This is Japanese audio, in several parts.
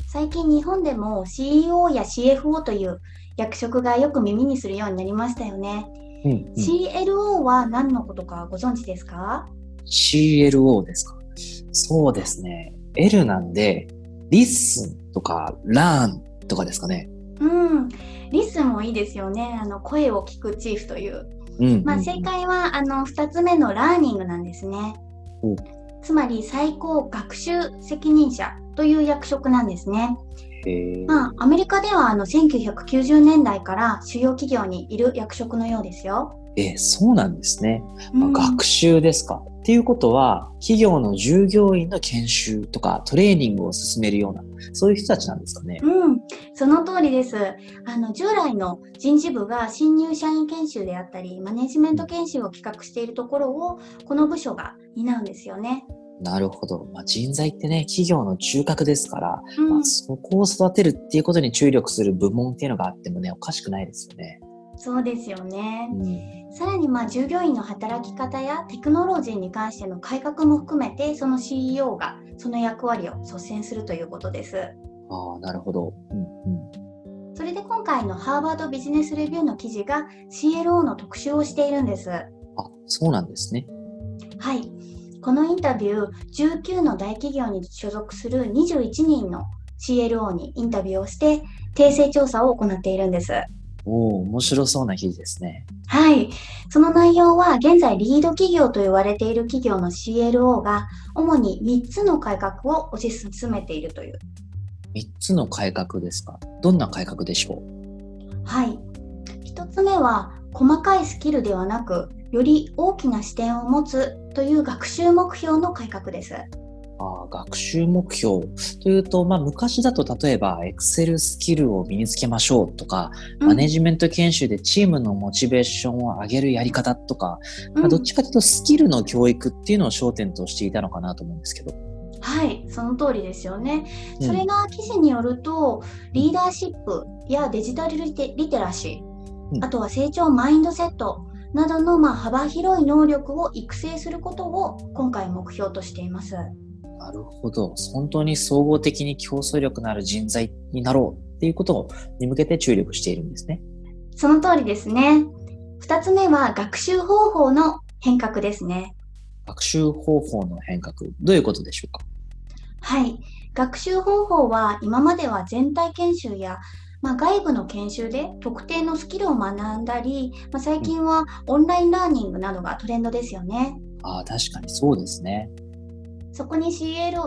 最近日本でも CEO や CFO という役職がよく耳にするようになりましたよね。 うんうん。 CLO は何のことかご存知ですか？ CLO ですか。そうですね。L なんで、リッスンとか、ラーンとかですかね。 うん、リスンもいいですよね。声を聞くチーフという。 うんうん正うん。 解は2つ目のラーニングなんですね。 おつまり最高学習責任者という役職なんですね。 へえ。 アメリカでは1990年代から主要企業にいる役職のようですよ。 そうなんですね。 うん、 学習ですか。っていうことは、企業の従業員の研修とかトレーニングを進めるような、そういう人たちなんですかね。 うん、その通りです。従来の人事部が新入社員研修であったり、マネジメントうん、 研修を企画しているところを、この部署が担うんですよね。 なるほど。人材ってね、企業の中核ですから、 うん、 そこを育てるっていうことに注力する部門っていうのがあってもね、おかしくないですよね。 そうですよね。 うん。 さらに従業員の働き方やテクノロジーに関しての改革も含めて、その CEO がその役割を率先するということです。 ああ、なるほど。うんそれで今回のハーバードビジネスレビューの記事が CLO の特集をしているんです。 そうなんですね。 はい。このインタビュー、19の大企業に所属する21人の CLO にインタビューをして、訂正調査を行っているんです。 おお、面白そうな記事ですね。 はい。その内容は、現在リード企業と言われている企業の CLO が、主に3つの改革を推し進めているという。 3つの改革ですか。どんな改革でしょはい。1つ目は、細かいスキルではなく、より大きな視点を持つという学習目標の改革です。 う。学習目標というと、昔だと例えば Excel スキルを身につけましょうとか、マネうん、 ジメント研修でチームのモチベーションを上げるやり方とか、どっうん。 ちかというとスキルの教育っていうのを焦点としていたのかなと思うんですけど。 はい、その通りですよね。それうん。 が記事によると、 うん。 リーダーシップやデジタルリテラシー、 うん。 あとは成長マインドセットなどの幅広い能力を育成することを今回目標としています。 なるほど。本当に総合的に競争力のある人材になろうっていうことに向けて注力しているんですね。 その通りですね。2つ目は学習方法の変革ですね。 学習方法の変革、どういうことでしょうか？ はい。学習方法は今までは全体研修や外部の研修で特定のスキルを学んだり、最うん。 近はオンラインラーニングなどがトレンドですよね。 確かにそうですね。 そこに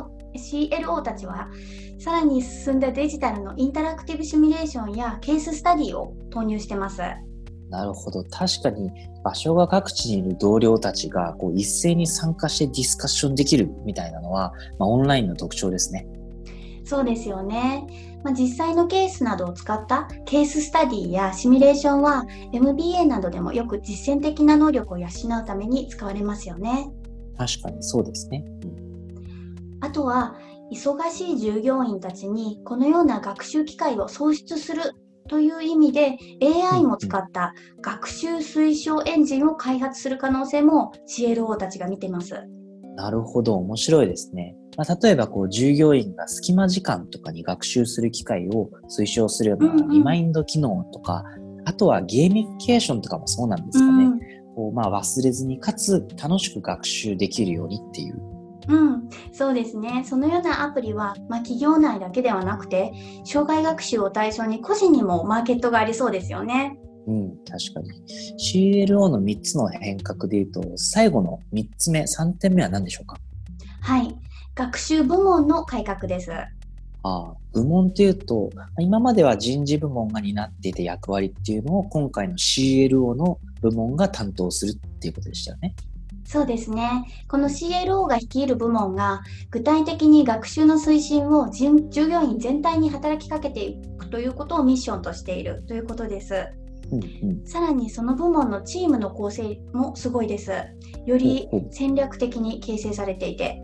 CLO たちはさらに進んだデジタルのインタラクティブシミュレーションやケーススタディを投入してます。 なるほど。確かに場所が各地にいる同僚たちが一斉に参加してディスカッションできるみたいなのは、オンラインの特徴ですね。 そうですよね。実際のケースなどを使ったケーススタディやシミュレーションは MBA などでもよく実践的な能力を養うために使われますよね。 確かにそうですね。 あとは忙しい従業員たちにこのような学習機会を創出するという意味でう AI んうん。 も使った学習推奨エンジンを開発する可能性も CLO たちが見てます。 なるほど。面白いですね。例えば従業員が隙間時間とかに学習する機会を推奨するようなリマインド機能とか、あとはゲーミフィケーションとかもそうなんですかね。 うん、 忘れずにかつ楽しく学習できるようにっていう。 そうですね。そのようなアプリは、企業内だけではなくて、障害学習を対象に個人にもマーケットがありそうですよね。 うん、確かに。CLO の3つの変革でいうと、最後の3つ目、3点目は何でしょうか？ はい。学習部門の改革です。 部門っていうと、今までは人事部門が担っていた役割っていうのを今回の CLO の部門が担当するっていうことでしたよね。 そうですね。この CLO が率いる部門が具体的に学習の推進を従業員全体に働きかけていくということをミッションとしているということです。 うんうん。 さらにその部門のチームの構成もすごいです。よりほうほう。 戦略的に形成されていて、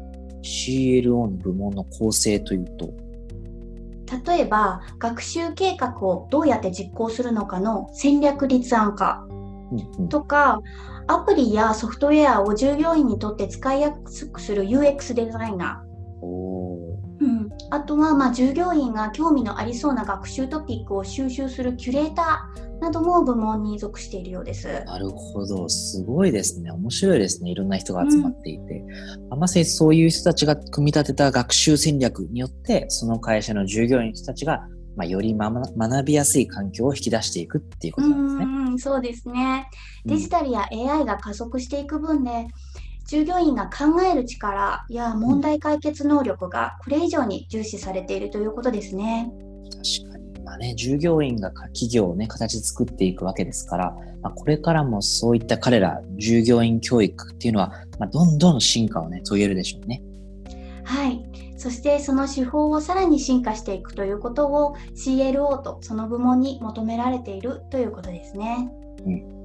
CLO の部門の構成というと、 例えば学習計画をどうやって実行するのかの戦略立案化うんうん。 とか、アプリやソフトウェアを従業員にとって使いやすくする UX デザイナおー。 ー、 あとは、従業員が興味のありそうな学習トピックを収集するキュレーターなども部門に属しているようです。 なるほど。すごいですね。面白いですね。いろんな人が集まっていて。まさにそういう人たちが組み立てた学習戦略によって、その会社の従業員の人たちが、より学びやすい環境を引き出していくっていうことなんですね。 そうですね。デジタルや AI が加速していく分で、従業員が考える力や問題解決能力がこれ以上に重視されているということですね。 確かに。従業員が企業をね、形作っていくわけですから、これからもそういった彼ら、従業員教育っていうのは、どんどん進化をね、遂げるでしょうね。 はい。そしてその手法をさらに進化していくということを CLO とその部門に求められているということですね。